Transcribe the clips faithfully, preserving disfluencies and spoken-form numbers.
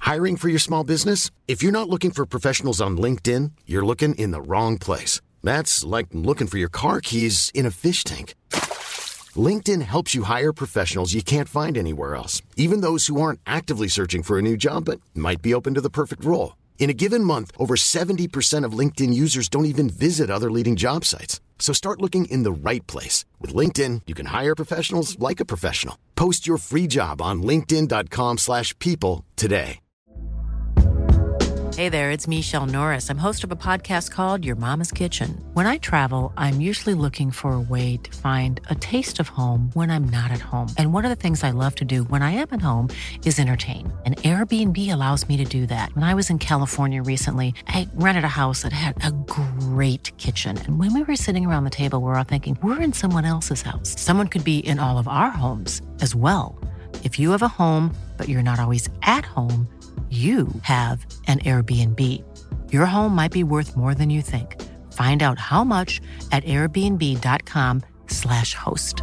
Hiring for your small business? If you're not looking for professionals on LinkedIn, you're looking in the wrong place. That's like looking for your car keys in a fish tank. LinkedIn helps you hire professionals you can't find anywhere else, even those who aren't actively searching for a new job but might be open to the perfect role. In a given month, over seventy percent of LinkedIn users don't even visit other leading job sites. So start looking in the right place. With LinkedIn, you can hire professionals like a professional. Post your free job on linkedin dot com slash people today. Hey there, it's Michelle Norris. I'm host of a podcast called Your Mama's Kitchen. When I travel, I'm usually looking for a way to find a taste of home when I'm not at home. And one of the things I love to do when I am at home is entertain. And Airbnb allows me to do that. When I was in California recently, I rented a house that had a great kitchen. And when we were sitting around the table, we were all thinking, we're in someone else's house. Someone could be in all of our homes as well. If you have a home, but you're not always at home, you have an Airbnb. Your home might be worth more than you think. Find out how much at airbnb dot com slash host.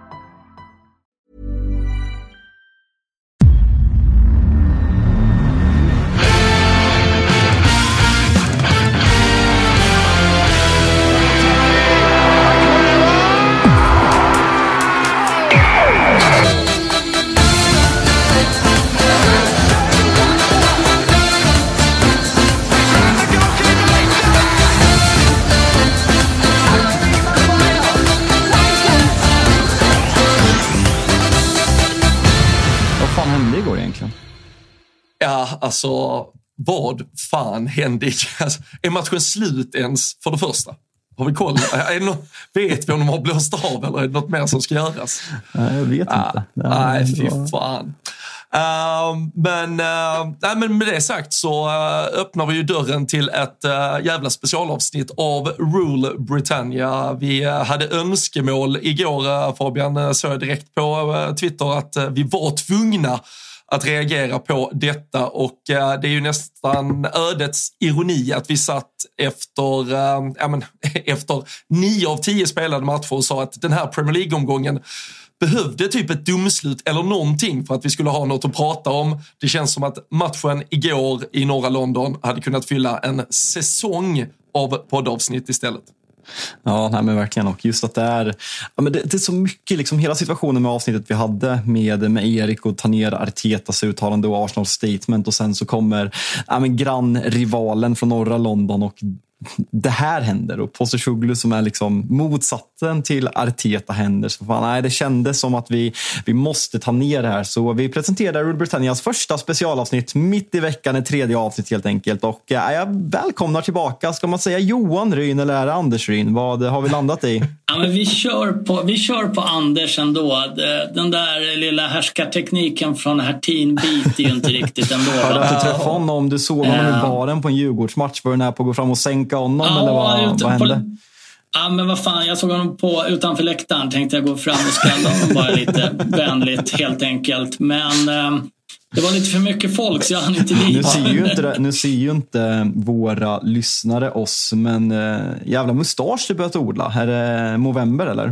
Ja, alltså, vad fan hände? Alltså, är matchen slut ens för det första? Har vi koll? Är det något, vet vi om de har blåst av eller är det något mer som ska göras? Nej, jag vet ah, inte. Nej, fy fan. Uh, men, uh, nej, men med det sagt så uh, öppnar vi ju dörren till ett uh, jävla specialavsnitt av Rule Britannia. Vi uh, hade önskemål igår, uh, Fabian, uh, såg jag direkt på uh, Twitter att uh, vi var tvungna att reagera på detta och uh, det är ju nästan ödets ironi att vi satt efter, uh, ja, men, efter nio av tio spelade matcher och sa att den här Premier League-omgången behövde typ ett domslut eller någonting för att vi skulle ha något att prata om. Det känns som att matchen igår i norra London hade kunnat fylla en säsong av poddavsnitt istället. Ja, nej, men verkligen. Och just att det är, ja, men det, det är så mycket, liksom hela situationen med avsnittet vi hade med, med Erik och ta ner Artetas uttalande och Arsenal statement och sen så kommer ja, men grannrivalen från norra London och det här händer och Postecoglou som är liksom motsatsen till Arteta händer. Så fan, nej, det kändes som att vi, vi måste ta ner det här. Så vi presenterar Rule Britannias första specialavsnitt mitt i veckan, ett tredje avsnitt helt enkelt. Och ja, jag välkomnar tillbaka, ska man säga Johan Ryn eller är det Anders Ryn? Vad har vi landat i? Ja, men vi kör på, vi kör på Anders ändå. Den där lilla härskartekniken från Hertin biter ju inte riktigt ändå. Har du inte träffat honom? Du såg honom i baren på en Djurgårdsmatch. Var du nära på att gå fram och sänka honom? Ja, eller vad, vad hände? På, ja, men vad fan, jag såg honom på, utanför läktaren. Tänkte jag gå fram och skalla honom bara lite vänligt helt enkelt. Men eh, det var lite för mycket folk så jag hann inte dit. Nu ser ju inte, nu ser ju inte våra lyssnare oss, men eh, jävla mustasch du börjat odla. Är det november eller?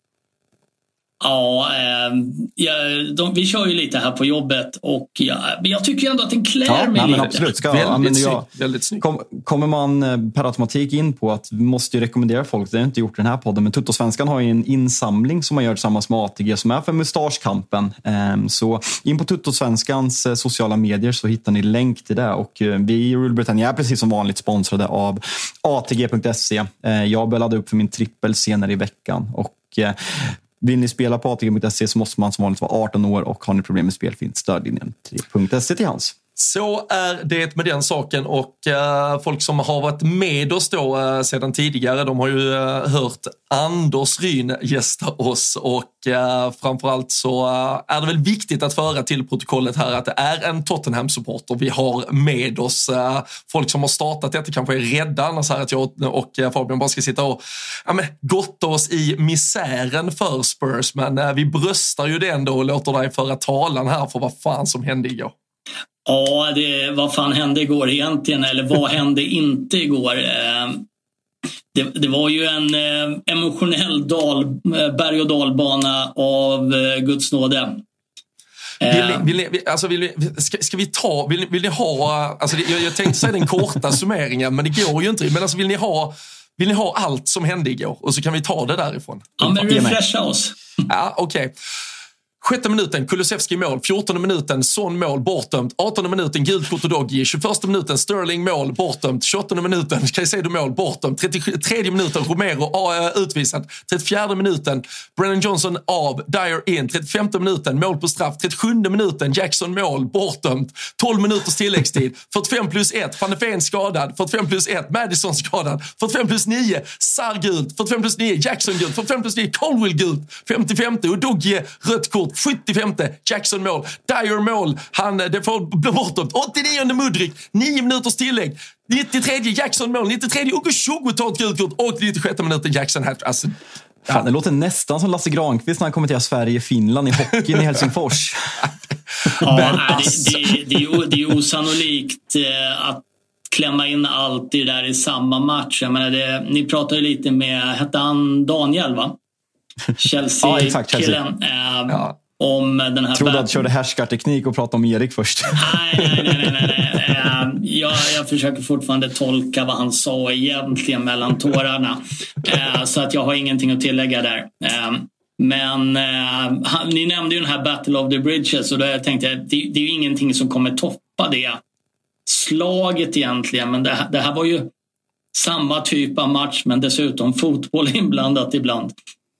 Ja, eh, ja de, vi kör ju lite här på jobbet och ja, jag tycker ändå att den klär ja, mig nej, lite. Absolut, ska, väldigt, ja, jag, väldigt snyggt. Kom, kommer man per automatik in på att vi måste ju rekommendera folk, det har inte gjort den här podden, men Tuttosvenskan har ju en insamling som man gör tillsammans med A T G som är för mustaschkampen. Eh, så in på Tuttosvenskans eh, sociala medier så hittar ni länk till det och eh, vi i Rule Britannia är precis som vanligt sponsrade av A T G punkt se. Eh, jag började upp för min trippel senare i veckan och eh, vill ni spela på A T G punkt se så måste man som vanligt vara arton år och har ni problem med spel finns stödlinjen tre punkt se till hands. Så är det med den saken och uh, folk som har varit med oss då uh, sedan tidigare, de har ju uh, hört Anders Ryn gästa oss och uh, framförallt så uh, är det väl viktigt att föra till protokollet här att det är en Tottenham-supporter vi har med oss. Uh, folk som har startat detta kanske är rädda annars här att jag och uh, Fabian bara ska sitta och ja, men, gotta oss i misären för Spurs, men uh, vi bröstar ju det ändå och låter dig föra talan här för vad fan som hände igår. Ja, det, vad fan hände igår egentligen? Eller vad hände inte igår? Det, det var ju en emotionell dal, berg- och dalbana av Guds nåde. Vill ni, vill ni, alltså vill ni, ska, ska vi ta, vill ni, vill ni ha, alltså jag, jag tänkte säga den korta summeringen, men det går ju inte. Men alltså vill ni ha, vill ni ha allt som hände igår? Och så kan vi ta det därifrån. Ja, men refresha oss. Ja, okej. Okay. Sjätte minuten, Kulusevski mål. Fjortonde minuten, Son mål, bortdömt. Artonde minuten, gult kort och Doggy. Tjugoförsta minuten, Sterling mål, bortdömt. Tjugoåttonde minuten, Caicedo mål, bortdömt. trettiotredje minuten, Romero äh, utvisad. trettiofjärde minuten, Brennan Johnson av, Dyer in. trettiofemte minuten, mål på straff. trettiosjunde minuten, Jackson mål, bortdömt. tolv minuters tilläggstid. fyrtiofem plus ett, Van de Ven skadad. fyrtiofem plus ett, Madison skadad. fyrtiofem plus nio, Sarr gult. fyrtiofem plus nio, Jackson gult. fyrtiofem plus nio, Colwell gult. femtiofemte och Doggy rött kort. sjuttiofemte Jackson mål, Dyer mål, han det får bli bortdömt. åttionionde Mudryk, nio minuters tillägg. nittiotredje Jackson mål, nittiotredje Ugo Tjogo tar ett gult kort och nittiosjätte minuten Jackson hat. Alltså, ja. Fan, det låter nästan som Lasse Granqvist när han kommenterar Sverige-Finland i hockeyn i Helsingfors. Ja, det, det, det, är, det är osannolikt att klämma in allt det där i samma match. Jag menar det, ni pratade lite med, hette han Daniel va? Chelsea, ja, exakt, Chelsea. Killen, eh, ja. Om den här trodde att körde härskarteknik och pratade om Erik först. Nej, nej, nej, nej, nej. Eh, jag, jag försöker fortfarande tolka vad han sa egentligen mellan tårarna. Eh, så att jag har ingenting att tillägga där. Eh, men eh, han, ni nämnde ju den här Battle of the Bridges och då jag tänkte det, det är ju ingenting som kommer toppa det slaget egentligen. Men det, det här var ju samma typ av match men dessutom fotboll inblandat ibland.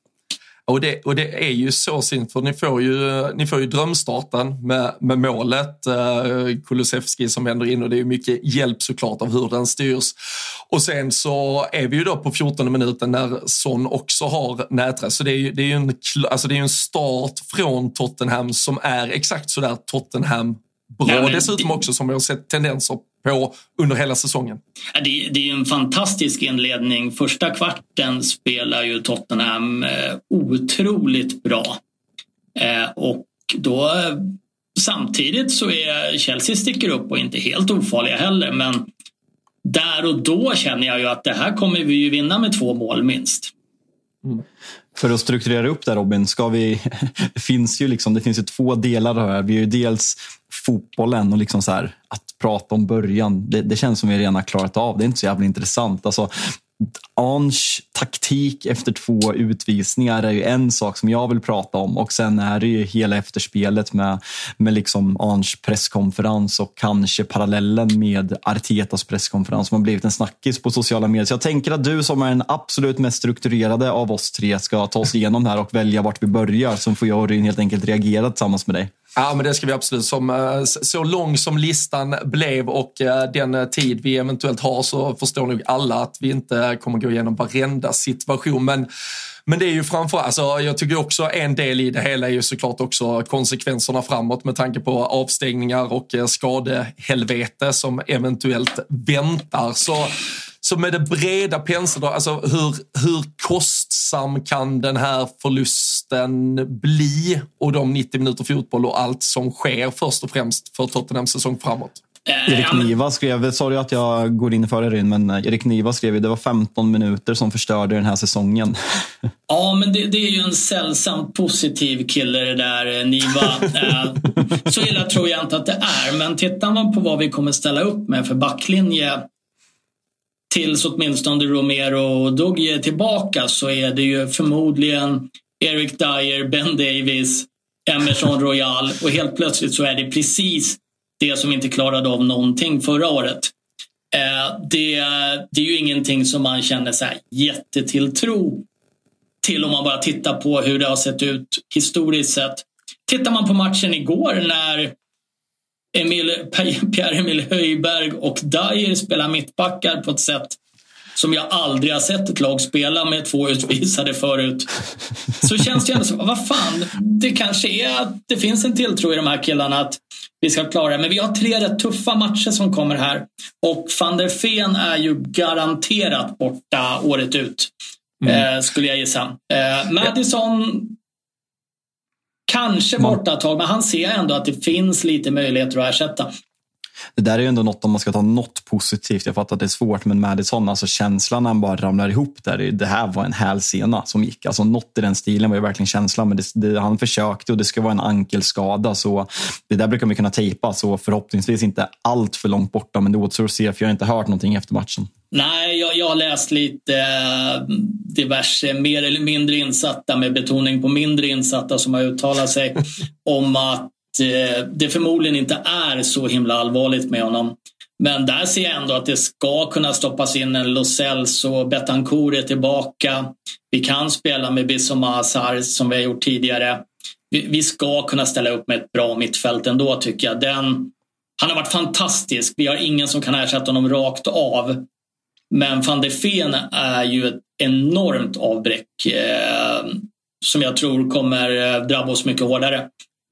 Och det, och det är ju så synd för ni får ju, ni får ju drömstarten med, med målet eh, Kulusevski som vänder in och det är mycket hjälp såklart av hur den styrs. Och sen så är vi ju då på fjortonde minuten när Son också har näträtt. Så det är ju, det är ju en, alltså det är en start från Tottenham som är exakt så där Tottenham bra. Nej, dessutom det... också som vi har sett tendenser på under hela säsongen. Ja, det, det är ju en fantastisk inledning. Första kvarten spelar ju Tottenham eh, otroligt bra. Eh, och då eh, samtidigt så är Chelsea sticker upp och inte helt ofarliga heller. Men där och då känner jag ju att det här kommer vi ju vinna med två mål minst. Mm. För att strukturera upp där Robin, ska vi, det finns ju liksom, det finns ju två delar här. Vi är ju dels fotbollen och liksom så här, att prata om början. Det, det känns som vi redan har klarat av. Det är inte så jävla intressant. Alltså, Arns taktik efter två utvisningar är ju en sak som jag vill prata om och sen är det ju hela efterspelet med, med liksom Arns presskonferens och kanske parallellen med Artetas presskonferens som har blivit en snackis på sociala medier. Så jag tänker att du som är den absolut mest strukturerade av oss tre ska ta oss igenom det här och välja vart vi börjar, så får jag och Ryn helt enkelt reagera tillsammans med dig. Ja, men det ska vi absolut. Som, så lång som listan blev och den tid vi eventuellt har så förstår nog alla att vi inte kommer gå igenom varenda situation. Men, men det är ju framförallt, alltså, jag tycker också en del i det hela är ju såklart också konsekvenserna framåt med tanke på avstängningar och skadehelvete som eventuellt väntar. Så Så med det breda penseldraget, alltså hur, hur kostsam kan den här förlusten bli och de nittio minuter fotboll och allt som sker först och främst för Tottenhams säsong framåt? Erik Niva skrev, sorry att jag går in för det, men Erik Niva skrev att det var femton minuter som förstörde den här säsongen. Ja, men det, det är ju en sällsamt positiv kille det där, Niva. Så illa tror jag inte att det är, men tittar man på vad vi kommer ställa upp med för backlinje tills åtminstone Romero och Doggy är tillbaka, så är det ju förmodligen Eric Dyer, Ben Davies, Emerson Royal, och helt plötsligt så är det precis det som inte klarade av någonting förra året. Eh, det, det är ju ingenting som man känner så här jättetilltro till om man bara tittar på hur det har sett ut historiskt sett. Tittar man på matchen igår när Emil, Pierre-Emil Höjberg och Dyer spelar mittbackar på ett sätt som jag aldrig har sett ett lag spela med två utvisade förut, så känns det ändå som, vad fan, det kanske är att det finns en tilltro i de här killarna att vi ska klara det. Men vi har tre rätt tuffa matcher som kommer här och Van der Ven är ju garanterat borta året ut, mm. eh, skulle jag gissa. eh, Madison kanske borta ett tag, men han ser ändå att det finns lite möjligheter att ersätta. Det där är ju ändå något om man ska ta något positivt. Jag fattar att det är svårt, men Madison, alltså känslan när han bara ramlar ihop där. Det här var en hälsena som gick. Alltså något i den stilen var ju verkligen känslan. Men det, det, han försökte och det ska vara en ankelskada. Så det där brukar man kunna tejpa. Så förhoppningsvis inte allt för långt borta. Men det återstår att se, för jag har inte hört någonting efter matchen. Nej, jag, jag har läst lite eh, diverse mer eller mindre insatta, med betoning på mindre insatta, som har uttalat sig om att det förmodligen inte är så himla allvarligt med honom. Men där ser jag ändå att det ska kunna stoppas in en Lo Celso och Betancourt är tillbaka. Vi kan spela med Bissouma Hazard som vi har gjort tidigare. Vi, vi ska kunna ställa upp med ett bra mittfält ändå, tycker jag. Den, han har varit fantastisk. Vi har ingen som kan ersätta honom rakt av. Men Van de Ven är ju ett enormt avbräck eh, som jag tror kommer drabba oss mycket hårdare.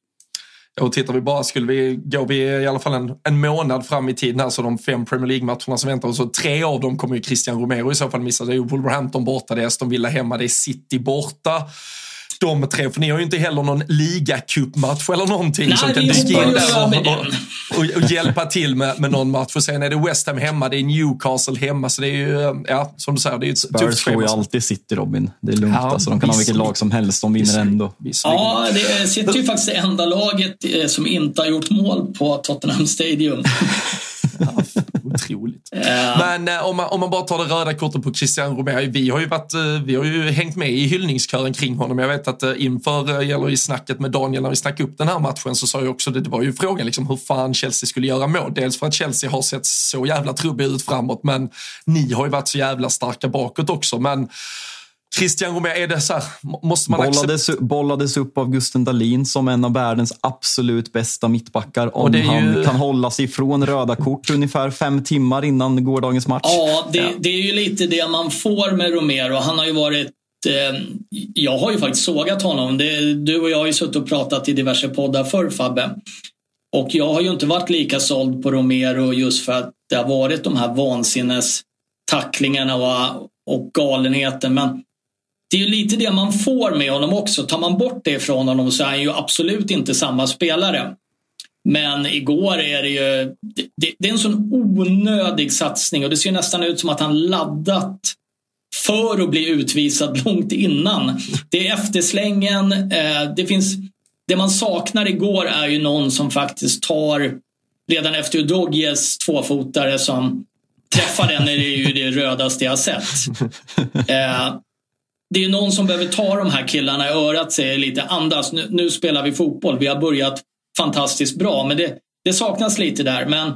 Och tittar vi bara, skulle vi gå vi i alla fall en, en månad fram i tiden här, så de fem Premier League-matcherna som väntar, och så tre av dem kommer ju Christian Romero i så fall missa. Det är ju Wolverhampton borta, det är Aston Villa hemma, det är City borta. De tre, för ni har ju inte heller någon ligacupmatch eller någonting. Nej, som kan dyka in där och, och, och, och hjälpa till med, med någon match. Och sen är det West Ham hemma, det är Newcastle hemma, så det är ju, ja, som du säger, det är ju ett Spurs tufft schema. Spurs får ju alltid City, Robin. Det är lugnt, ja, alltså. De kan ha vilket lag som helst, de vinner ändå. Ja, det sitter ju faktiskt det enda laget eh, som inte har gjort mål på Tottenham Stadium. Ja, otroligt. Uh. Men eh, om, man, om man bara tar det röda kortet på Christian Romero, vi har ju varit, eh, vi har ju hängt med i hyllningskören kring honom. Jag vet att eh, inför, eh, eller i snacket med Daniel när vi snackade upp den här matchen, så sa jag också det, det var ju frågan liksom, hur fan Chelsea skulle göra mål. Dels för att Chelsea har sett så jävla trubbig ut framåt, men ni har ju varit så jävla starka bakåt också. Men Christian Romero, är det så här, måste man bollades, accept- bollades upp av Gusten Dahlin som en av världens absolut bästa mittbackar, om han ju... kan hålla sig ifrån röda kort ungefär fem timmar innan gårdagens match. Ja, det, ja. det är ju lite det man får med Romero. Han har ju varit eh, jag har ju faktiskt sågat honom. Det, du och jag har ju suttit och pratat i diverse poddar för Fabbe. Och jag har ju inte varit lika såld på Romero, just för att det har varit de här vansinnes tacklingarna och, och galenheten. Men det är ju lite det man får med honom också. Tar man bort det från honom så är han ju absolut inte samma spelare. Men igår är det ju... Det, det, det är en sån onödig satsning. Och det ser nästan ut som att han laddat för att bli utvisad långt innan. Det är efterslängen. Eh, det finns... Det man saknar igår är ju någon som faktiskt tar... Redan efter Udogjes tvåfotare som träffar den, är det ju det rödaste jag sett. Eh, Det är ju någon som behöver ta de här killarna i örat, säger lite andas, nu, nu spelar vi fotboll, vi har börjat fantastiskt bra, men det, det saknas lite där. Men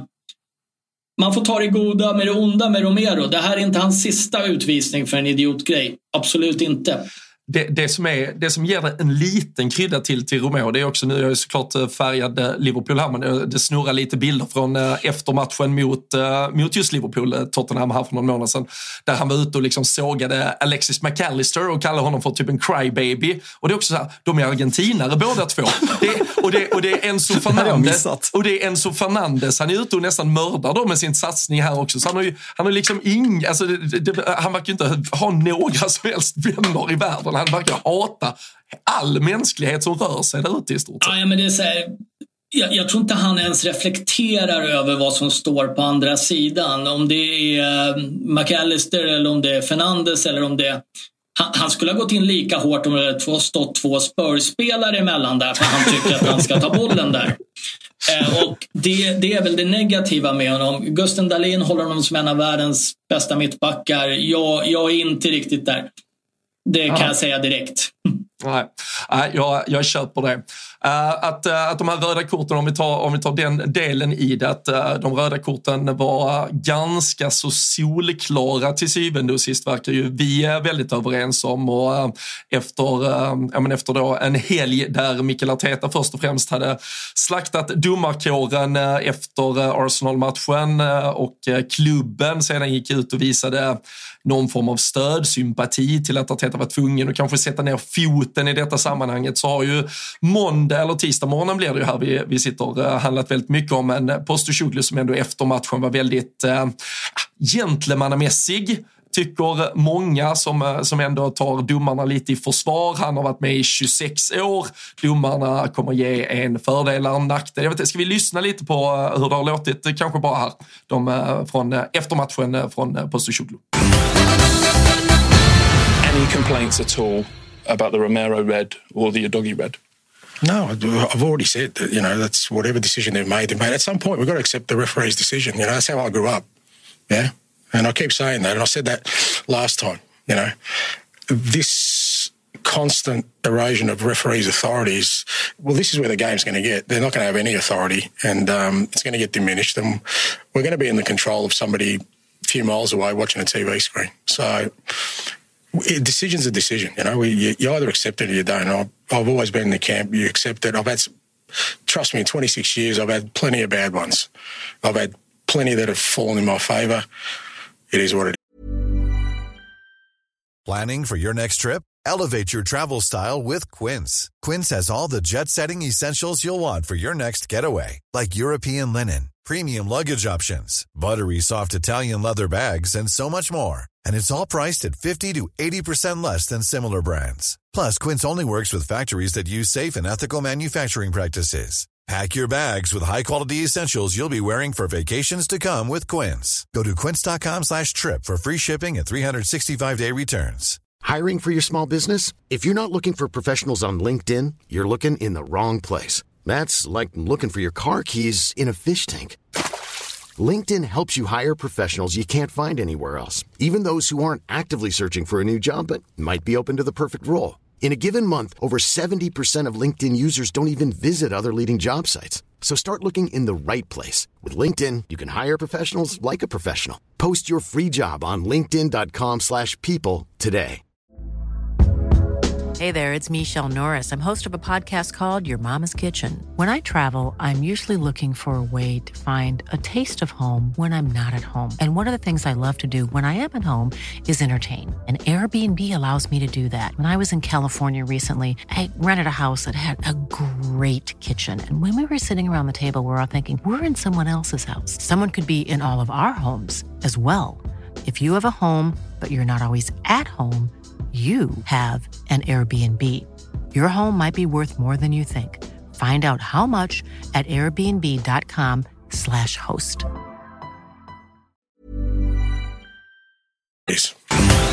man får ta det goda med det onda med Romero. Det här är inte hans sista utvisning för en idiotgrej, absolut inte. Det, det, som är, det som ger det en liten krydda till till Romero, det är också, nu är jag såklart färgad Liverpool här, men det snurrar lite bilder från eftermatchen mot, mot just Liverpool, Tottenham här för någon månad sedan, där han var ute och liksom sågade Alexis McAllister och kallade honom för typ en crybaby. Och det är också så här, de är argentinare båda två. Det, och, det, och det är Enzo Fernandes, och det är Enzo Fernandes, han är ute och nästan mördar dem med sin satsning här också. Så han har ju han har liksom ing, alltså det, det, han verkar ju inte ha några som helst vänner i världen. Han verkar hata all mänsklighet som rör sig där ute i stort sett. Ja, men det är så här, jag, jag tror inte han ens reflekterar över vad som står på andra sidan. Om det är McAllister eller om det är Fernandes eller om det... Han, han skulle ha gått in lika hårt om det hade stått två Spurs-spelare emellan där, för han tycker att han ska ta bollen där. Eh, och det, det är väl det negativa med honom. Gusten Dahlin håller honom som en av världens bästa mittbackar. Jag, jag är inte riktigt där. Det kan Aha. jag säga direkt. Nej, Nej jag, jag köper det. Uh, att, uh, att de här röda korten, om vi tar, om vi tar den delen i det, att uh, de röda korten var ganska så solklara till syvende och sist, verkar ju vi är väldigt överens om. Och uh, efter, uh, ja, men efter då en helg där Mikel Arteta först och främst hade slaktat domarkåren uh, efter uh, Arsenal-matchen uh, och uh, klubben sedan gick ut och visade någon form av stöd, sympati till att Arteta var tvungen och kanske sätta ner foten i detta sammanhanget, så har ju måndag eller tisdag morgonen blir det ju här vi, vi sitter och uh, handlat väldigt mycket om en Postecoglou som ändå efter matchen var väldigt uh, gentlemannamässig. tycker många som, som ändå tar domarna lite i försvar. Han har varit med i tjugosex år. Domarna kommer ge en fördel eller en nackdel. Jag vet inte, ska vi lyssna lite på hur det har låtit? Kanske bara här. De från eftermatchen från Postecoglou. Any complaints at all about the Romero red or the Udogie red? No, I've already said that, you know, that's whatever decision they've made, they've made. At some point, we've got to accept the referee's decision. You know, that's how I grew up. Yeah. And I keep saying that. And I said that last time, you know. This constant erosion of referees' authorities, well, this is where the game's going to get. They're not going to have any authority, and um, it's going to get diminished. And we're going to be in the control of somebody a few miles away watching a T V screen. So a decision's a decision, you know. We, you, you either accept it or you don't. I've, I've always been in the camp, you accept it. I've had, trust me, in twenty-six years, I've had plenty of bad ones. I've had plenty that have fallen in my favour. It is what it is. Planning for your next trip? Elevate your travel style with Quince. Quince has all the jet-setting essentials you'll want for your next getaway, like European linen, premium luggage options, buttery soft Italian leather bags, and so much more. And it's all priced at fifty to eighty percent less than similar brands. Plus, Quince only works with factories that use safe and ethical manufacturing practices. Pack your bags with high-quality essentials you'll be wearing for vacations to come with Quince. Go to quince.com slash trip for free shipping and three sixty-five day returns. Hiring for your small business? If you're not looking for professionals on LinkedIn, you're looking in the wrong place. That's like looking for your car keys in a fish tank. LinkedIn helps you hire professionals you can't find anywhere else, even those who aren't actively searching for a new job but might be open to the perfect role. In a given month, over seventy percent of LinkedIn users don't even visit other leading job sites. So start looking in the right place. With LinkedIn, you can hire professionals like a professional. Post your free job on linkedin.com slash people today. Hey there, it's Michelle Norris. I'm host of a podcast called Your Mama's Kitchen. When I travel, I'm usually looking for a way to find a taste of home when I'm not at home. And one of the things I love to do when I am at home is entertain. And Airbnb allows me to do that. When I was in California recently, I rented a house that had a great kitchen. And when we were sitting around the table, we were all thinking, we're in someone else's house. Someone could be in all of our homes as well. If you have a home, but you're not always at home, you have an Airbnb. Your home might be worth more than you think. Find out how much at airbnb.com slash host. Yes.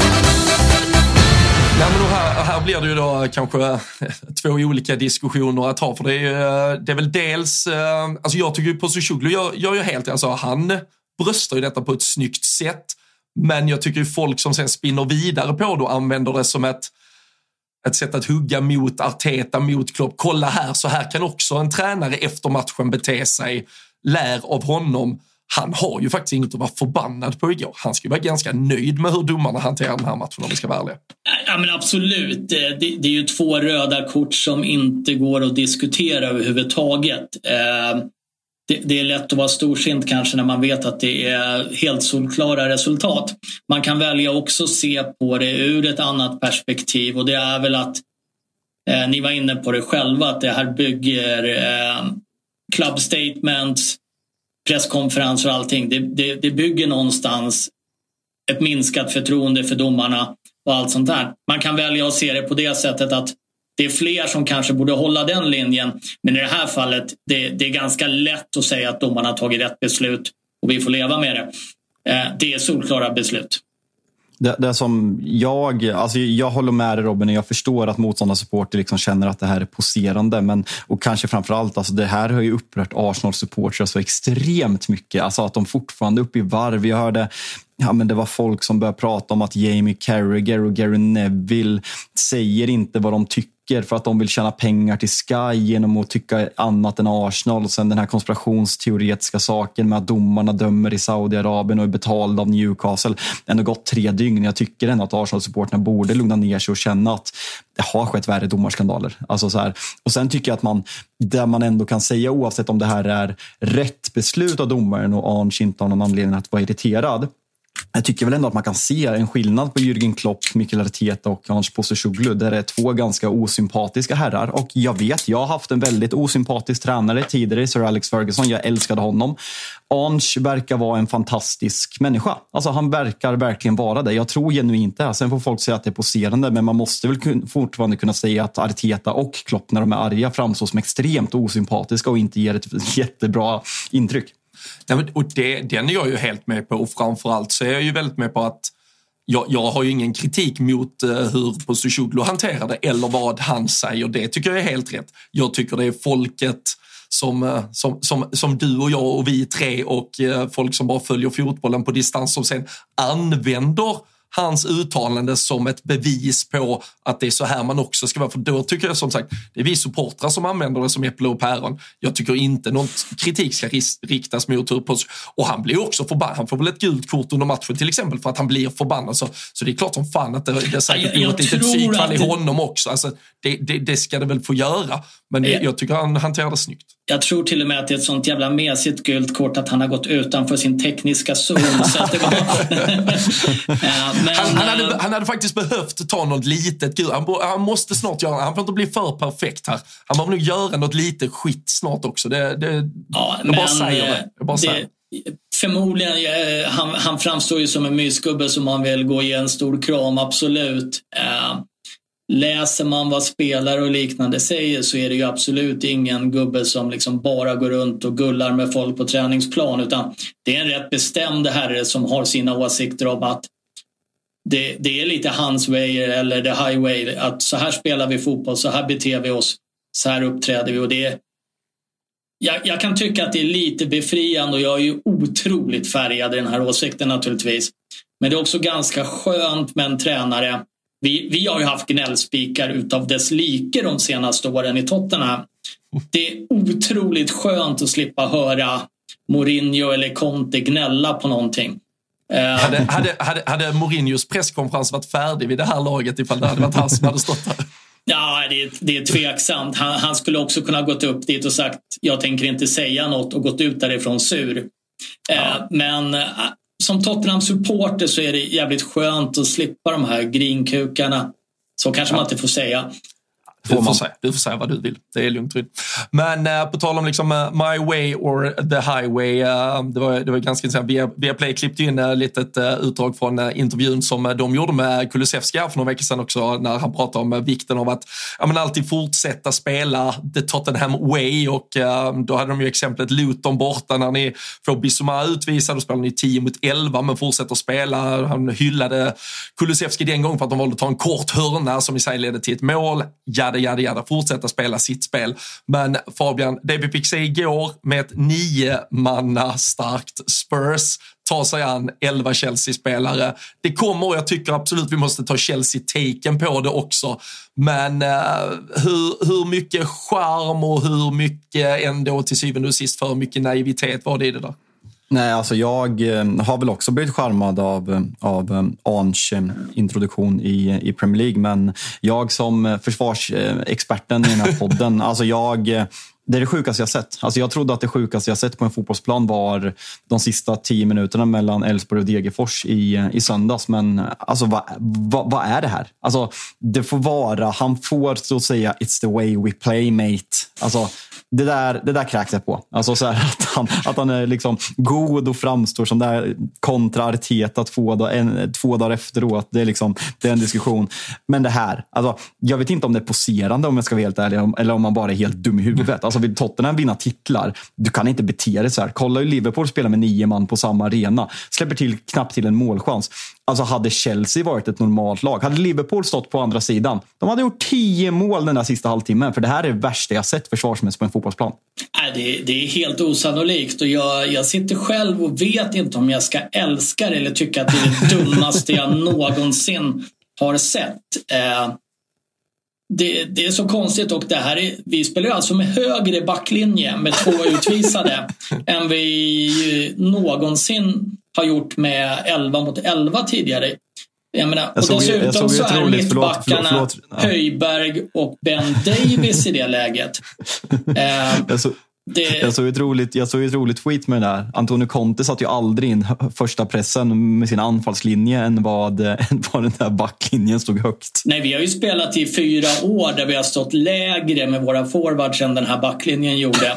Nej, men här, här blir det ju då kanske två olika diskussioner att ha. För det är, det är väl dels... Alltså jag tycker ju Postecoglou gör, gör ju helt... Alltså han bröstar ju detta på ett snyggt sätt. Men jag tycker ju folk som sen spinner vidare på det och använder det som ett, ett sätt att hugga mot Arteta, mot Klopp. Kolla här, så här kan också en tränare efter matchen bete sig. Lär av honom. Han har ju faktiskt inget att vara förbannad på igår. Han ska ju vara ganska nöjd med hur domarna hanterar den här matchen, om vi ska vara ärliga. Ja, men absolut. Det, det är ju två röda kort som inte går att diskutera överhuvudtaget. Eh, det, det är lätt att vara storsint kanske när man vet att det är helt solklara resultat. Man kan välja också se på det ur ett annat perspektiv, och det är väl att eh, ni var inne på det själva, att det här bygger eh, club statements, presskonferenser och allting. Det, det, det bygger någonstans ett minskat förtroende för domarna och allt sånt där. Man kan välja att se det på det sättet att det är fler som kanske borde hålla den linjen. Men i det här fallet, det, det är ganska lätt att säga att domarna har tagit rätt beslut och vi får leva med det. Eh, det är solklara beslut. Det, det som jag, alltså jag håller med dig Robin, och jag förstår att motståndarsupporter liksom känner att det här är poserande, men och kanske framförallt, alltså det här har ju upprört Arsenal-supportrar så extremt mycket, alltså att de fortfarande är uppe i varv. Jag hörde, ja men det var folk som började prata om att Jamie Carragher och Gary Neville säger inte vad de tycker för att de vill tjäna pengar till Sky genom att tycka annat än Arsenal, och sen den här konspirationsteoretiska saken med att domarna dömer i Saudiarabien och är betalda av Newcastle. Det har ändå gått tre dygn. Jag tycker ändå att Arsenal-supporterna borde lugna ner sig och känna att det har skett värre domarskandaler. Alltså så här. Och sen tycker jag att man, där man ändå kan säga, oavsett om det här är rätt beslut av domaren och Arns inte har någon anledning att vara irriterad, Jag tycker väl ändå att man kan se en skillnad på Jürgen Klopp, Mikel Arteta och Ange Postecoglou, där det är två ganska osympatiska herrar. Och jag vet, jag har haft en väldigt osympatisk tränare tidigare, Sir Alex Ferguson. Jag älskade honom. Ange verkar vara en fantastisk människa. Alltså han verkar verkligen vara det. Jag tror genuint det. Sen får folk säga att det är poserande, men man måste väl kun- fortfarande kunna säga att Arteta och Klopp, när de är arga, framstår som extremt osympatiska och inte ger ett jättebra intryck. Ja, men, och det, den är jag ju helt med på, och framförallt så är jag ju väldigt med på att jag, jag har ju ingen kritik mot uh, hur Postecoglou hanterar det eller vad han säger. Det tycker jag är helt rätt. Jag tycker det är folket som, uh, som, som, som du och jag och vi tre och uh, folk som bara följer fotbollen på distans som sen använder hans uttalande som ett bevis på att det är så här man också ska vara. För då tycker jag som sagt, det är vi supportrar som använder det som äpple och päron. Jag tycker inte någon kritik ska riktas mot hur på. Och han blir också förbannad. Han får väl ett gult kort under matchen till exempel för att han blir förbannad. Så, så det är klart som fan att det, det är säkert jag, jag ett litet psykfall i det... honom också. Alltså, det, det, det ska det väl få göra. Men det, jag... jag tycker han hanterar det snyggt. Jag tror till och med att det är ett sånt jävla mesigt gult kort att han har gått utanför sin tekniska zon. Så att det var... ja, men, han, han, hade, han hade faktiskt behövt ta något litet gult. Han, han måste snart göra, han får inte bli för perfekt här. Han måste nog göra något lite skit snart också. Det, det, ja, jag men, bara säger det. Jag bara säger. det förmodligen, han, han framstår ju som en mysgubbe som man vill gå i en stor kram, absolut. Uh, Läser man vad spelare och liknande säger så är det ju absolut ingen gubbe som liksom bara går runt och gullar med folk på träningsplan, utan det är en rätt bestämd herre som har sina åsikter om att det, det är lite hans way eller the highway, att så här spelar vi fotboll, så här beter vi oss, så här uppträder vi. Och det är, jag, jag kan tycka att det är lite befriande, och jag är ju otroligt färgad i den här åsikten naturligtvis, men det är också ganska skönt med en tränare. Vi, vi har ju haft gnällspikar utav dess like de senaste åren i Tottenham. Det är otroligt skönt att slippa höra Mourinho eller Conte gnälla på någonting. Uh, hade, hade, hade, hade Mourinhos presskonferens varit färdig vid det här laget ifall det hade varit han som hade stått där? Ja, det är, det är tveksamt. Han, han skulle också kunna gått upp dit och sagt jag tänker inte säga något och gått ut därifrån sur. Ja. Uh, men... Uh, Som Tottenham-supporter så är det jävligt skönt att slippa de här grinkukarna. Så kanske ja. man inte får säga. Du får, säga, du får säga vad du vill. Det är lugnt. Men uh, på tal om liksom, uh, My Way or the Highway. Uh, det, var, det var ganska intressant. Vi, vi har play klippt in ett uh, litet uh, utdrag från uh, intervjun som uh, de gjorde med Kulusevski för några veckor sedan också. När han pratade om uh, vikten av att ja, men alltid fortsätta spela the Tottenham way. Och uh, då hade de ju exemplet Luton borta. När ni får Bissouma utvisad och spelar ni tio mot elva men fortsätter spela. Han hyllade Kulusevski den gången för att de valde att ta en kort hörna som i sig ledde till ett mål. Ja, Jada, jada, fortsätta spela sitt spel. Men Fabian, det vi fick se igår med ett nio manna starkt Spurs ta sig an elva Chelsea-spelare. Det kommer, och jag tycker absolut vi måste ta Chelsea-taken på det också. Men uh, hur, hur mycket charm och hur mycket ändå till syvende och sist för mycket naivitet var det i det där? Nej, alltså jag har väl också blivit charmad av, av Ange introduktion i, i Premier League, men jag som försvarsexperten i den här podden, alltså jag, det är det sjukaste jag sett. Alltså jag trodde att det sjukaste jag sett på en fotbollsplan var de sista tio minuterna mellan Elfsborg och Degerfors i, i söndags, men alltså vad, vad, vad är det här? Alltså det får vara, han får så att säga it's the way we play, mate. Alltså Det där, det där kräks jag på. Alltså så här, att, han, att han är liksom god och framstår som där kontra Arteta två, dag, en, två dagar efteråt. Det är, liksom, det är en diskussion. Men det här, alltså, jag vet inte om det är poserande om jag ska vara helt ärlig, eller om man bara är helt dum i huvudet. Alltså vill Tottenham vinna titlar, du kan inte bete dig så här. Kolla hur Liverpool spelar med nio man på samma arena. Släpper till knappt till en målchans. Alltså hade Chelsea varit ett normalt lag, hade Liverpool stått på andra sidan, de hade gjort tio mål den där sista halvtimmen. För det här är det värsta jag sett försvarsmässigt på en fotbollsplan. Nej, det, det är helt osannolikt. Och jag, jag sitter själv och vet inte om jag ska älska det eller tycka att det är det dummaste jag någonsin har sett. Eh, det, det är så konstigt. Och det här är, vi spelar alltså med högre backlinje med två utvisade än vi någonsin har gjort med elva mot elva tidigare. Jag menar, och jag dessutom såg, så är mittbackarna förlåt, förlåt, förlåt. Höjberg och Ben Davis i det läget. Eh, jag, så, det... Jag såg ett roligt, jag såg ett roligt tweet med det där. Antonio Conte satt ju aldrig in första pressen med sin anfallslinje än vad, än vad den där backlinjen stod högt. Nej, vi har ju spelat i fyra år där vi har stått lägre med våra forwards än den här backlinjen gjorde.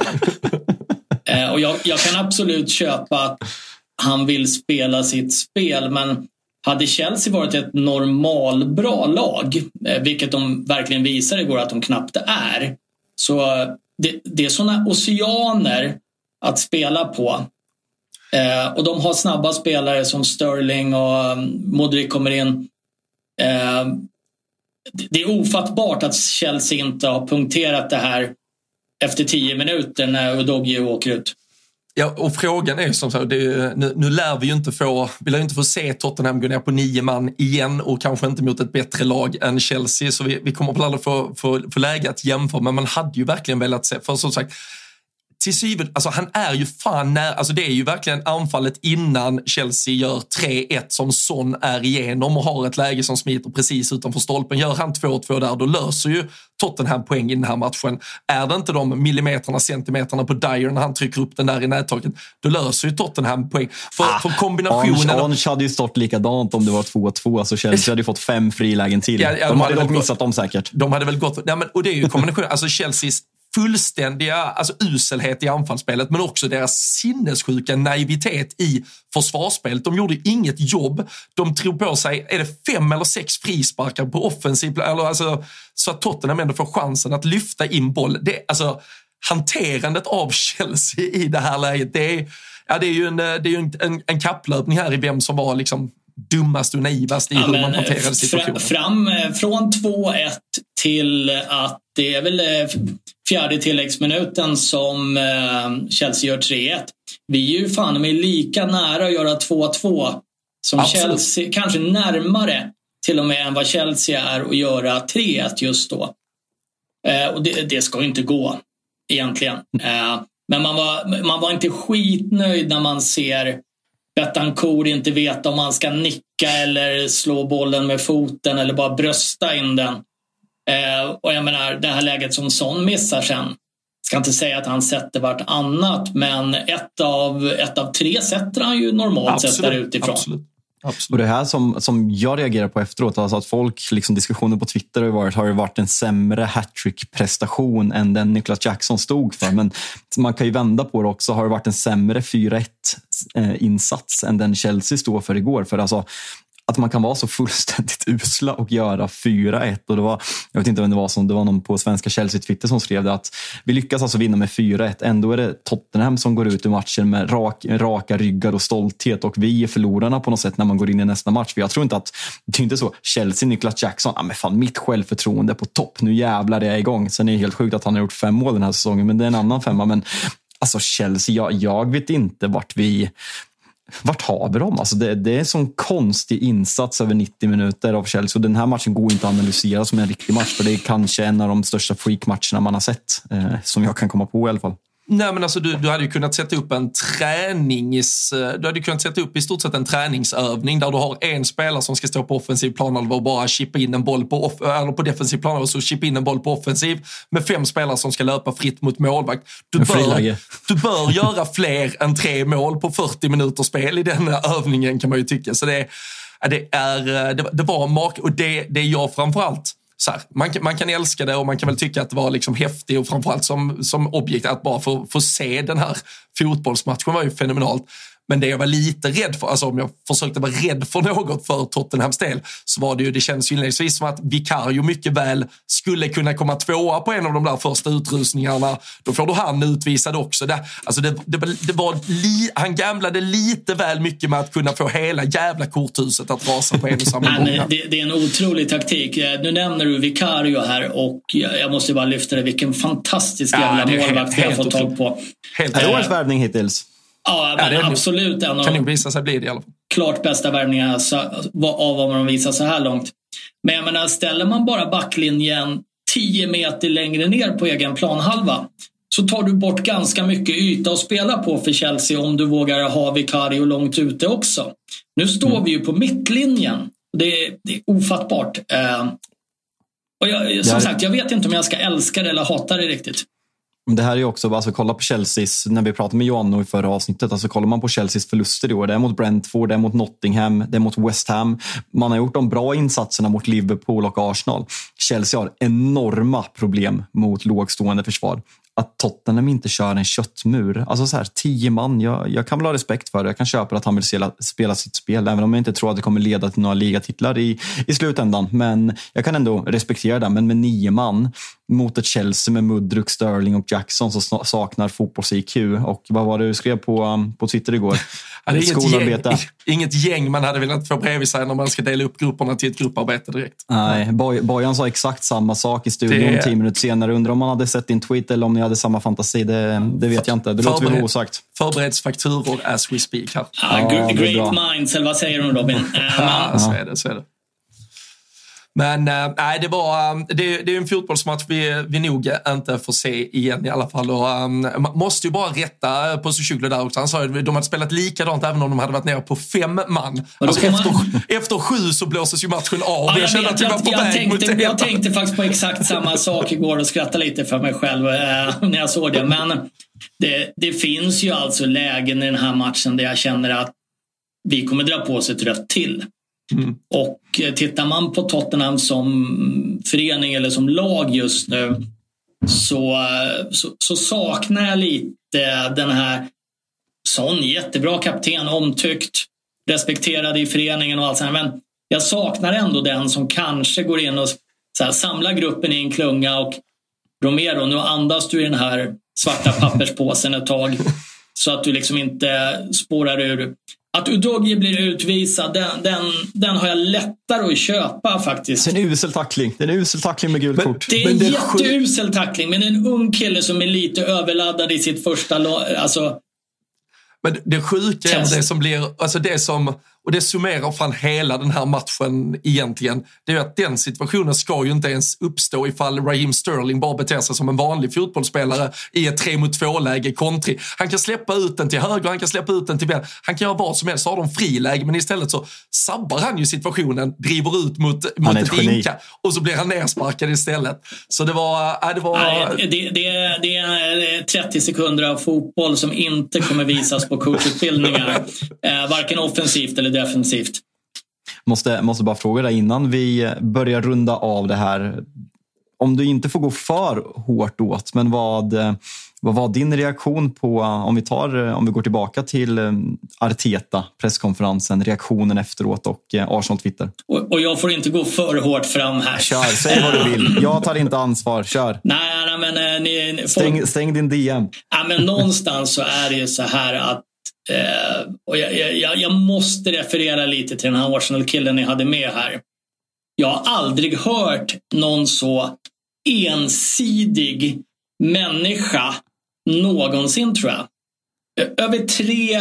eh, och jag, jag kan absolut köpa att han vill spela sitt spel, men hade Chelsea varit ett normalbra lag, eh, vilket de verkligen visar igår att de knappt är, så det, det är sådana oceaner att spela på. Eh, och de har snabba spelare som Sterling och um, Modric kommer in. Eh, det, det är ofattbart att Chelsea inte har punkterat det här efter tio minuter när Udogie åker ut. Ja, och frågan är som så, det, nu, nu lär vi ju inte få, vi lär ju inte få se Tottenham gå ner på nio man igen och kanske inte mot ett bättre lag än Chelsea, så vi, vi kommer väl aldrig få, få, få läge att jämföra, men man hade ju verkligen velat se, för som sagt, till syvende, alltså han är ju fan nära, alltså det är ju verkligen anfallet innan Chelsea gör tre ett som Son är igenom och har ett läge som smiter precis utanför stolpen. Gör han två två där, då löser ju Tottenham poäng i den här matchen. Är det inte de millimeterna, centimeterna på Dyer när han trycker upp den där i nättaket, då löser ju Tottenham poäng. För, ah, för kombinationen... Arns hade ju stått likadant om det var två två, alltså Chelsea hade ju fått fem frilägen till. Ja, ja, de, de hade dock missat dem säkert. De hade väl gått... Ja, men, och det är ju kombinationen, alltså Chelseas fullständiga alltså uselhet i anfallsspelet, men också deras sinnessjuka naivitet i försvarsspelet. De gjorde inget jobb. De tror på sig, är det fem eller sex frisparkar på offensiv, eller alltså, så att Tottenham ändå får chansen att lyfta in boll. Det, alltså, hanterandet av Chelsea i det här läget, det är, ja, det är ju en, det är ju en, en, en kapplöpning här i vem som var liksom dummast och naivast i ja, hur man hanterade situationen. Fram, från två ett till att det är väl fjärde tilläggsminuten som Chelsea gör tre ett. Vi är ju fan med lika nära att göra två två som Absolut. Chelsea, kanske närmare till och med än vad Chelsea är att göra tre ett just då. Och det, det ska ju inte gå egentligen. Men man var, man var inte skitnöjd när man ser Betancourt inte vet om man ska nicka eller slå bollen med foten eller bara brösta in den. Eh, och jag menar, det här läget som Son missar sen, ska inte säga att han sätter vart annat, men ett av, ett av tre sätter han ju normalt sett där utifrån. Absolut. Absolut. Och det här som, som jag reagerar på efteråt, alltså att folk, liksom diskussioner på Twitter har ju varit, har ju varit en sämre hattrick-prestation än den Nicholas Jackson stod för. Men man kan ju vända på det också, har det varit en sämre fyra ett-insats än den Chelsea stod för igår. För alltså, att man kan vara så fullständigt usla och göra fyra ett, och det var, jag vet inte vem det var som, det var någon på svenska Chelsea Twitter som skrev det, att vi lyckas alltså vinna med fyra ett, ändå är det Tottenham som går ut i matchen med rak, raka ryggar och stolthet, och vi är förlorarna på något sätt när man går in i nästa match. För jag tror inte att, det är inte så, Chelsea, Nicholas Jackson, ah, men fan, mitt självförtroende på topp, nu jävlar är jag igång. Sen är det helt sjukt att han har gjort fem mål den här säsongen, men det är en annan femma. Men alltså Chelsea, jag, jag vet inte vart vi Vart har vi dem? Alltså det, det är en sån konstig insats över nittio minuter av Chelsea. Och den här matchen går inte att analysera som en riktig match, för det är kanske en av de största freakmatcherna man har sett, eh, som jag kan komma på i alla fall. Nej, men alltså du, du hade ju kunnat sätta upp en tränings... Du hade ju kunnat sätta upp i stort sett en träningsövning där du har en spelare som ska stå på offensiv plan och bara chippa in en boll på, off, eller på defensiv plan och så chippa in en boll på offensiv med fem spelare som ska löpa fritt mot målvakt. Du bör, du bör göra fler än tre mål på fyrtio minuter spel i den övningen, kan man ju tycka. Så det, det, är, det, det var mak... Och det, det är jag framförallt... Så här, man, man kan älska det och man kan väl tycka att det var liksom häftigt, och framförallt som, som objekt att bara få, få se den här fotbollsmatchen var ju fenomenalt. Men det jag var lite rädd för, alltså om jag försökte vara rädd för något för Tottenhams del, så var det ju, det känns ju inledningsvis som att Vicario mycket väl skulle kunna komma tvåa på en av de där första utrustningarna. Då får du han utvisad också. Det, alltså det, det, det var li, han gamlade lite väl mycket med att kunna få hela jävla korthuset att rasa på en och samma gång. Det, det är en otrolig taktik. Nu nämner du Vicario här, och jag måste bara lyfta det. Vilken fantastisk jävla ja, målvakt vi har fått tag på. Helt är det årets värvning hittills? Ja, men ja, det absolut. En av kan ju visa sig bli det i alla fall. Klart bästa värvningar av vad man visar så här långt. Men jag menar, ställer man bara backlinjen tio meter längre ner på egen planhalva, så tar du bort ganska mycket yta att spela på för Chelsea om du vågar ha Vicario långt ute också. Nu står mm. vi ju på mittlinjen. Det är, det är ofattbart. Uh, och jag, som sagt, jag vet inte om jag ska älska det eller hata det riktigt. Det här är ju också, alltså kolla på Chelseas, när vi pratade med Johanno i förra avsnittet, alltså kollar man på Chelseas förluster i år, det är mot Brentford, det är mot Nottingham, det är mot West Ham. Man har gjort de bra insatserna mot Liverpool och Arsenal. Chelsea har enorma problem mot lågstående försvar. Att Tottenham inte kör en köttmur, alltså så här, tio man, jag, jag kan väl ha respekt för det. Jag kan köpa att han vill spela, spela sitt spel, även om jag inte tror att det kommer leda till några ligatitlar i, i slutändan. Men jag kan ändå respektera det. Men med nio man mot ett Chelsea med Mudryk, Sterling och Jackson som saknar fotbolls-I Q. Och vad var det du skrev på, på Twitter igår? Ja, det är inget gäng, inget gäng man hade velat få bredvid sig när man ska dela upp grupperna till ett grupparbete direkt. Nej, Boy, Bojan sa exakt samma sak i studion det... tio minuter senare. Undrar om man hade sett din tweet eller om ni hade samma fantasi. Det, det vet jag inte. Det låter väl osagt. Förbereds fakturor as we speak här. Ah, ja, great minds, eller vad säger du Robin? Ja, så är det, så är det. Men nej, äh, det var det, det är en fotbollsmatch vi, vi nog inte får se igen i alla fall. Och, um, man måste ju bara rätta på Postecoglou där också. Han sa att de hade spelat likadant även om de hade varit nere på fem man. Alltså, efter, man... efter sju så blåses ju matchen av. Ja, jag, jag kände vet, att vi var på jag, väg jag, tänkte, mot jag tänkte faktiskt på exakt samma sak igår och skrattade lite för mig själv äh, när jag såg det. Men det, det finns ju alltså lägen i den här matchen där jag känner att vi kommer dra på sig ett rött till. Mm. Och tittar man på Tottenham som förening eller som lag just nu så, så, så saknar jag lite den här sån jättebra kapten, omtyckt, respekterad i föreningen och allt sånt. Men jag saknar ändå den som kanske går in och så här, samlar gruppen i en klunga. Och Romero, nu andas du i den här svarta papperspåsen ett tag så att du liksom inte spårar ur. Att Udogie blir utvisad, den, den, den har jag lättare att köpa faktiskt. Det är en usel tackling. Det är en usel tackling med gult kort. Det är en jätteusel tackling, men en ung kille som är lite överladdad i sitt första... Alltså, men det sjuka är det som blir... Alltså det som... Och det summerar fan hela den här matchen egentligen. Det är ju att den situationen ska ju inte ens uppstå ifall Raheem Sterling bara beter sig som en vanlig fotbollsspelare i ett tre mot två-läge kontri. Han kan släppa ut den till höger, han kan släppa ut den till vänster. Han kan göra vad som helst, så har de friläge. Men istället så sabbar han ju situationen, driver ut mot, mot ett, ett inka och så blir han nersparkad istället. Så det var... Äh, det, var... Nej, det, det, det är trettio sekunder av fotboll som inte kommer visas på coachutbildningar. Eh, varken offensivt eller defensivt. Måste, måste bara fråga dig innan vi börjar runda av det här. Om du inte får gå för hårt åt, men vad, vad var din reaktion på, om vi, tar, om vi går tillbaka till Arteta, presskonferensen, reaktionen efteråt och Arsenal-Twitter? Och, och jag får inte gå för hårt fram här. Kör, säg vad du vill. Jag tar inte ansvar, kör. Nej, nej men... Ni, folk... stäng, stäng din D M. Ja, men någonstans så är det ju så här att Uh, och jag, jag, jag måste referera lite till den här Arsenal-killen ni hade med här. Jag har aldrig hört någon så ensidig människa någonsin, tror jag. Över tre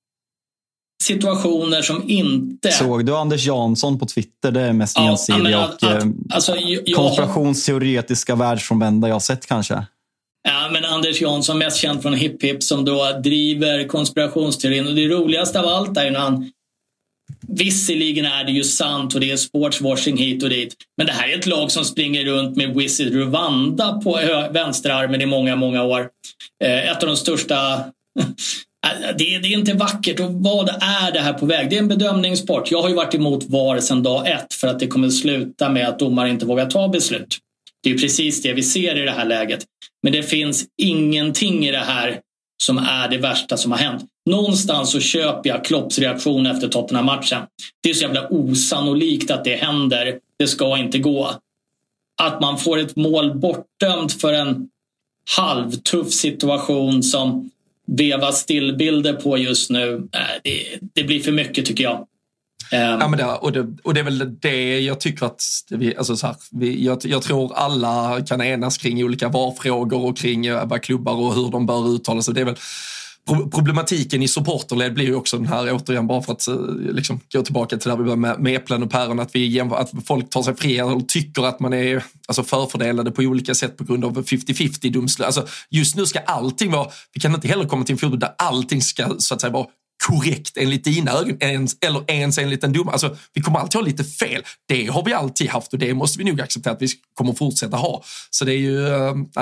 situationer som inte... Såg du Anders Jansson på Twitter? Det är mest ja, ensidiga men, och att, alltså, jag, konspirationsteoretiska världsfrånvända jag har sett kanske. Ja, men Anders Jansson, mest känd från Hip Hip, som då driver konspirationsteorin. Och det roligaste av allt är ju när han... Visserligen är det ju sant och det är sportswashing hit och dit. Men det här är ett lag som springer runt med Visit Rwanda på vänsterarmen i många, många år. Ett av de största... Det är, det är inte vackert. Och vad är det här på väg? Det är en bedömningssport. Jag har ju varit emot V A R sedan dag ett för att det kommer sluta med att domare inte vågar ta beslut. Det är precis det vi ser i det här läget. Men det finns ingenting i det här som är det värsta som har hänt. Någonstans så köper jag Klopps reaktion efter Tottenham-matchen. Det är så jävla osannolikt att det händer. Det ska inte gå. Att man får ett mål bortdömt för en halvtuff situation som vevas stillbilder på just nu. Det, det blir för mycket, tycker jag. Ja, men det, och, det, och det är väl det jag tycker att vi, alltså så här, vi, jag, jag tror alla kan enas kring olika varfrågor och kring vad klubbar och hur de bör uttala sig. Det är väl problematiken i supporterled blir ju också den här, återigen bara för att liksom, gå tillbaka till där vi började med, med äpplen och päron, att, vi, att folk tar sig fria och tycker att man är alltså, förfördelade på olika sätt på grund av femtio femtio domslut. Alltså, just nu ska allting vara, vi kan inte heller komma till en fotboll där allting ska så att säga vara korrekt enligt dina ögon ens, eller ens enligt en dom. Alltså, vi kommer alltid ha lite fel. Det har vi alltid haft och det måste vi nog acceptera att vi kommer fortsätta ha. Så det är ju, äh, nej,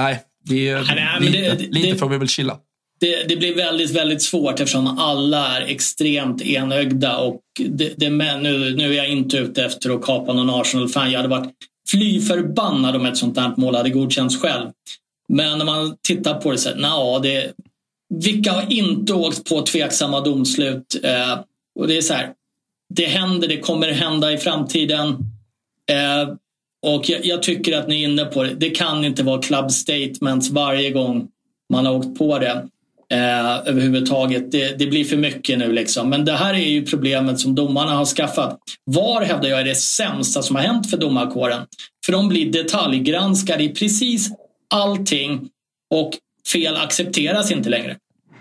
Vi, nej, nej, lite det, det, lite det, får vi väl chilla. Det, det blir väldigt, väldigt svårt eftersom alla är extremt enögda och det, det, nu, nu är jag inte ute efter att kapa någon Arsenal-fan. Jag hade varit fly förbannad om ett sånt här mål hade godkänts själv. Men när man tittar på det så här, nah, det, vilka har inte åkt på tveksamma domslut? Eh, och det är så här, det händer, det kommer hända i framtiden. Eh, och jag, jag tycker att ni är inne på det. Det kan inte vara club statements varje gång man har åkt på det. Eh, överhuvudtaget. Det, det blir för mycket nu liksom. Men det här är ju problemet som domarna har skaffat. Var hävdar jag är det sämsta som har hänt för domarkåren? För de blir detaljgranskade i precis allting och fel accepteras inte längre.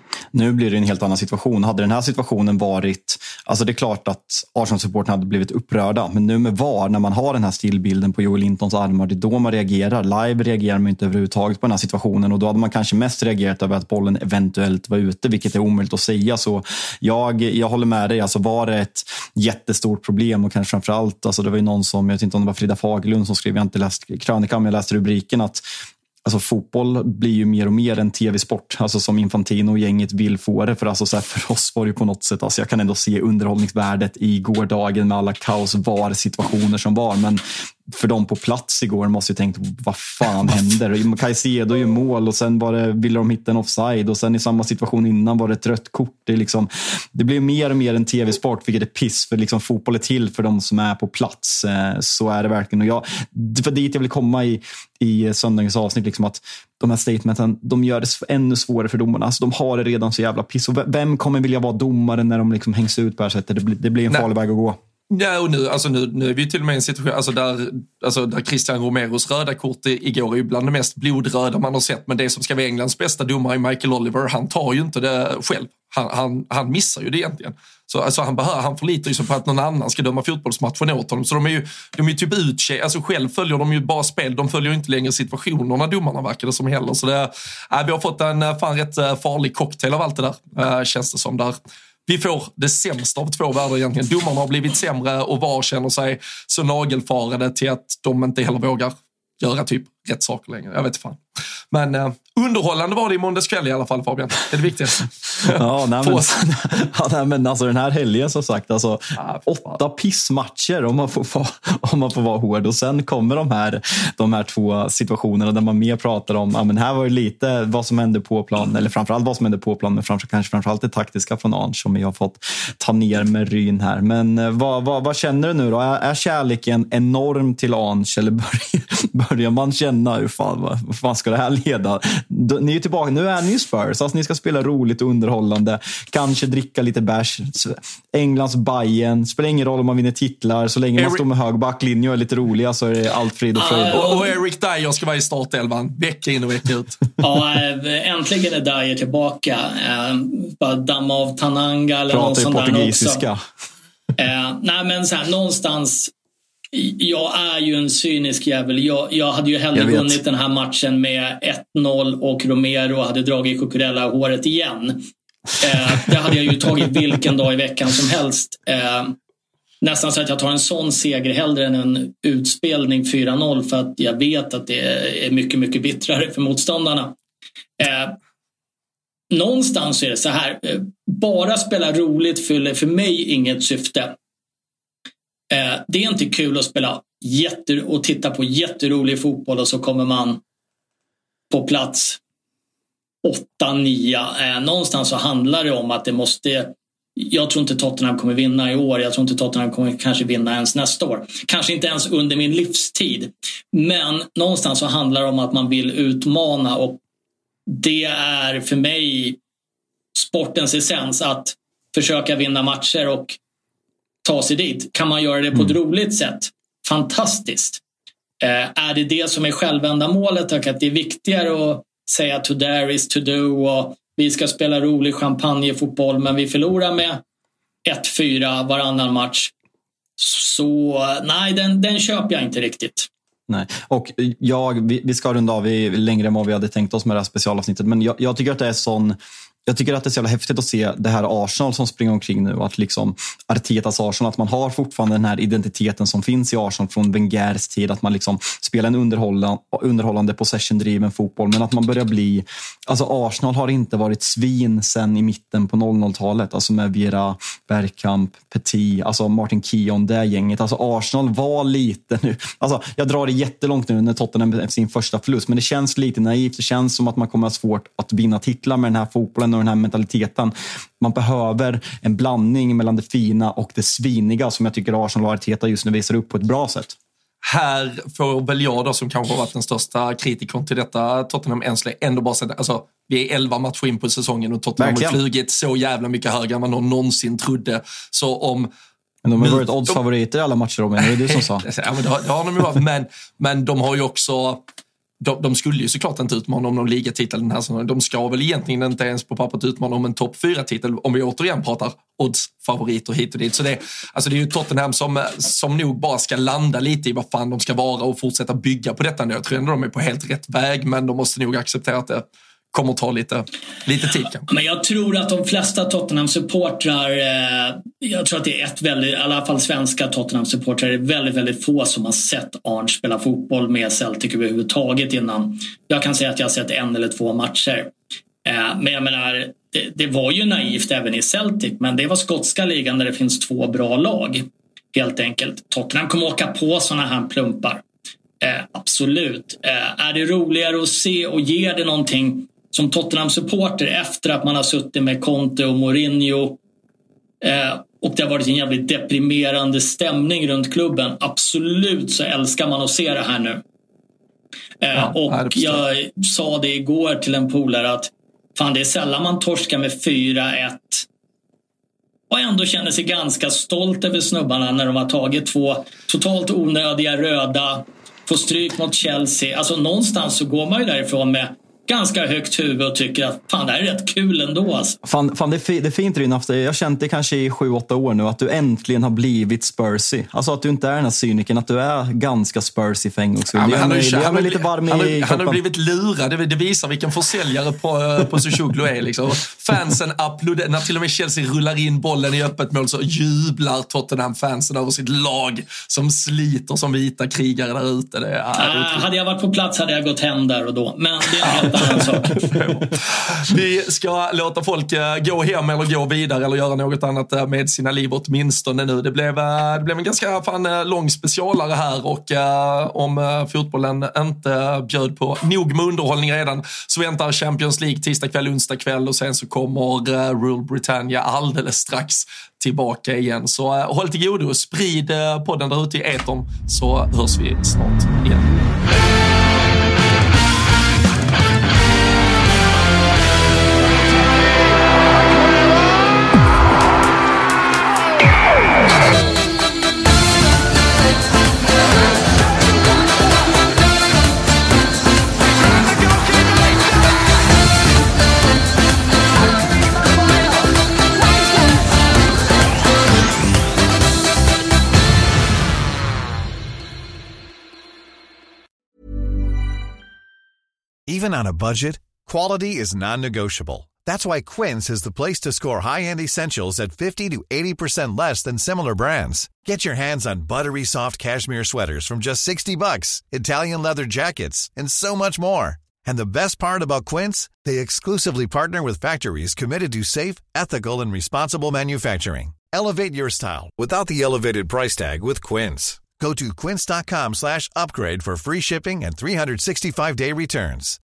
Nu blir det en helt annan situation. Hade den här situationen varit... Alltså det är klart att Arsenal-supporten hade blivit upprörda. Men nu med V A R, när man har den här stillbilden på Joel Lintons armar, det är då man reagerar. Live reagerar man inte överhuvudtaget på den här situationen. Och då hade man kanske mest reagerat över att bollen eventuellt var ute, vilket är omöjligt att säga. Så jag, jag håller med dig. Alltså var det ett jättestort problem och kanske framförallt... Alltså det var ju någon som, jag vet inte om det var Frida Fagerlund som skrev, jag inte läst krönikan, men jag läste rubriken att alltså fotboll blir ju mer och mer en tv-sport, alltså som Infantino och gänget vill få det, för alltså så här, för oss var det på något sätt, alltså jag kan ändå se underhållningsvärdet i gårdagen med alla kaos var situationer som var, men för dem på plats igår måste jag tänkt, vad fan händer? Caicedo gör mål och sen var det, ville de hitta en offside och sen i samma situation innan var det ett rött kort. Det, är liksom, det blir mer och mer en tv-sport, vilket är piss, för liksom fotboll är till för de som är på plats. Så är det verkligen. Och jag, för dit jag vill komma i, i söndagens avsnitt, liksom att de här statementen, de gör det ännu svårare för domarna. Alltså, de har det redan så jävla piss. Och vem kommer vilja vara domare när de liksom hängs ut på det här sättet? Det blir, det blir en farlig väg att gå. Ja, och nu, alltså nu, nu är vi till och med i en situation alltså där, alltså där Christian Romeros röda kort igår är ju bland det mest blodröda man har sett, men det som ska vara Englands bästa domare, Michael Oliver, han tar ju inte det själv. Han, han, han missar ju det egentligen. Så alltså han, behör, han förlitar ju sig på att någon annan ska döma fotbollsmatchen åt honom. Så de är ju, de är ju typ uttjej, alltså själv följer de ju bara spel, de följer ju inte längre situationerna domarna verkar det som heller. Så det, äh, vi har fått en fan rätt farlig cocktail av allt det där, äh, känns det som där. Vi får det sämsta av två världar egentligen. Domarna har blivit sämre och var känner sig så nagelfarade till att de inte heller vågar göra typ rätt saker längre. Jag vet inte fan. Men eh, underhållande var det i måndags kväll i alla fall, Fabian. Det är det viktigaste. Ja, nej, men, ja, nej, men alltså den här helgen som sagt, alltså ja, åtta pissmatcher om man, får, om man får vara hård. Och sen kommer de här, de här två situationerna där man mer pratar om, ja men här var ju lite vad som hände på plan, eller framförallt vad som hände på plan, men framför, kanske framförallt det taktiska från Arn som vi har fått ta ner med Ryn här. Men vad, vad, vad känner du nu då? Är, är kärleken enorm till Arns, eller börjar, börjar man känna hur fan, vad, vad fan ska det här leda? Ni är tillbaka, nu är ni ju Spurs, alltså ni ska spela roligt och underhållande, kanske dricka lite bärs, Englands Bayern, spelar ingen roll om man vinner titlar, så länge man står med hög backlinje och är lite roliga så är det allt frid och fröjd. Och, och Eric Dyer ska vara i startelvan vecka in och vecka ut. Ja, äntligen är Dyer tillbaka. Bara damma av Tananga eller någon sån där också. Eh, nej men så här, någonstans, jag är ju en cynisk jävel. Jag, jag hade ju hellre vunnit den här matchen med ett noll och Romero hade dragit Cucurella håret igen. Eh, det hade jag ju tagit vilken dag i veckan som helst. Eh, nästan så att jag tar en sån seger hellre än en utspelning fyra noll, för att jag vet att det är mycket, mycket bittrare för motståndarna. Eh, någonstans är det så här, eh, bara spela roligt fyller för mig inget syfte. Eh, det är inte kul att spela jätte- och titta på jätterolig fotboll och så kommer man på plats åtta nio. Eh, någonstans så handlar det om att det måste, jag tror inte Tottenham kommer vinna i år, jag tror inte Tottenham kommer kanske vinna ens nästa år, kanske inte ens under min livstid, men någonstans så handlar det om att man vill utmana, och det är för mig sportens essens, att försöka vinna matcher och ta sig dit. Kan man göra det på ett mm. roligt sätt? Fantastiskt. Eh, är det det som är självändamålet, och att det är viktigare att säga to dare is to do och vi ska spela rolig champagnefotboll men vi förlorar med ett fyra varannan match, så nej, den, den köper jag inte riktigt. Nej. Och jag, vi, vi ska runda av vi längre än vad vi hade tänkt oss med det här specialavsnittet, men jag, jag tycker att det är sån jag tycker att det är så jävla häftigt att se det här Arsenal som springer omkring nu. Att liksom Artetas Arsenal, att man har fortfarande den här identiteten som finns i Arsenal från Wengers tid. Att man liksom spelar en underhållande, underhållande possession-driven fotboll. Men att man börjar bli... Alltså Arsenal har inte varit svin sen i mitten på noll noll-talet. Alltså med Vera, Bergkamp, Petit, alltså Martin Keown, det gänget. Alltså Arsenal var lite nu... Alltså jag drar det jättelångt nu när Tottenham är sin första förlust. Men det känns lite naivt. Det känns som att man kommer att ha svårt att vinna titlar med den här fotbollen och den här mentaliteten. Man behöver en blandning mellan det fina och det sviniga som jag tycker Arsenal och Arteta just nu visar upp på ett bra sätt. Här får väl jag då, som kanske har varit den största kritikern till detta Tottenham Ensley, ändå bara säga, alltså vi är elva matcher in på säsongen och Tottenham Verkligen. har flugit så jävla mycket högre än vad någon någonsin trodde. Så om... Men de har varit oddsfavoriter i alla matcher, Robin. Det är du som sa. Ja, men det har, det har de ju varit. Men, men de har ju också... De, de skulle ju såklart inte utmana om någon ligatitel den här säsongen. De ska väl egentligen inte ens på pappret utmana om en topp fyra titel om vi återigen pratar oddsfavoriter hit och dit. Så det, alltså det är ju Tottenham som, som nog bara ska landa lite i vad fan de ska vara och fortsätta bygga på detta nu. Jag tror ändå de är på helt rätt väg, men de måste nog acceptera att det kommer att ta lite, lite tid. Men jag tror att de flesta Tottenham-supportrar, eh, jag tror att det är ett väldigt, i alla fall svenska Tottenham-supportrar, är väldigt, väldigt få som har sett Arne spela fotboll med Celtic överhuvudtaget innan. Jag kan säga att jag har sett en eller två matcher. Eh, men jag menar, det, det var ju naivt även i Celtic, men det var skotska ligan där det finns två bra lag. Helt enkelt. Tottenham kommer åka på såna här plumpar. Eh, absolut. Eh, är det roligare att se och ger det någonting som Tottenham-supporter efter att man har suttit med Conte och Mourinho eh, och det har varit en jävligt deprimerande stämning runt klubben? Absolut, så älskar man att se det här nu. Eh, ja, och jag sa det igår till en polare att fan, det är sällan man torskar med fyra ett och ändå känner sig ganska stolt över snubbarna när de har tagit två totalt onödiga röda, få stryk mot Chelsea. Alltså någonstans så går man ju därifrån med ganska högt huvud och tycker att fan, det här är rätt kul ändå. Alltså. Fan, fan, det är, fi- det är fint Ryn. Jag har känt det kanske i sju åtta år nu att du äntligen har blivit Spursy. Alltså att du inte är den här cyniken, att du är ganska Spursy-fäng också. Ja, han, han, är, han, han, lite varm han, i han har blivit lurad. Det, det visar vilken försäljare på, på Sosoglu är. Liksom. Fansen applåderar. När till och med Chelsea rullar in bollen i öppet mål så jublar Tottenham-fansen över sitt lag som sliter som vita krigare där ute. Det är, ah, hade jag varit på plats hade jag gått hem där och då. Men det är en helt annan sak. Vi ska låta folk gå hem eller gå vidare eller göra något annat med sina liv åtminstone nu. Det blev, det blev en ganska fan lång specialare här och uh, om fotbollen inte bjöd på nog med underhållning redan så väntar Champions League tisdag kväll, onsdag kväll och sen så kommer uh, Rule Britannia alldeles strax tillbaka igen. Så uh, håll till godo och sprid uh, podden där ute i etern så hörs vi snart igen. Even on a budget, quality is non-negotiable. That's why Quince is the place to score high-end essentials at fifty to eighty percent less than similar brands. Get your hands on buttery soft cashmere sweaters from just sixty bucks, Italian leather jackets, and so much more. And the best part about Quince, they exclusively partner with factories committed to safe, ethical, and responsible manufacturing. Elevate your style without the elevated price tag with Quince. Go to quince.com slash upgrade for free shipping and three sixty-five day returns.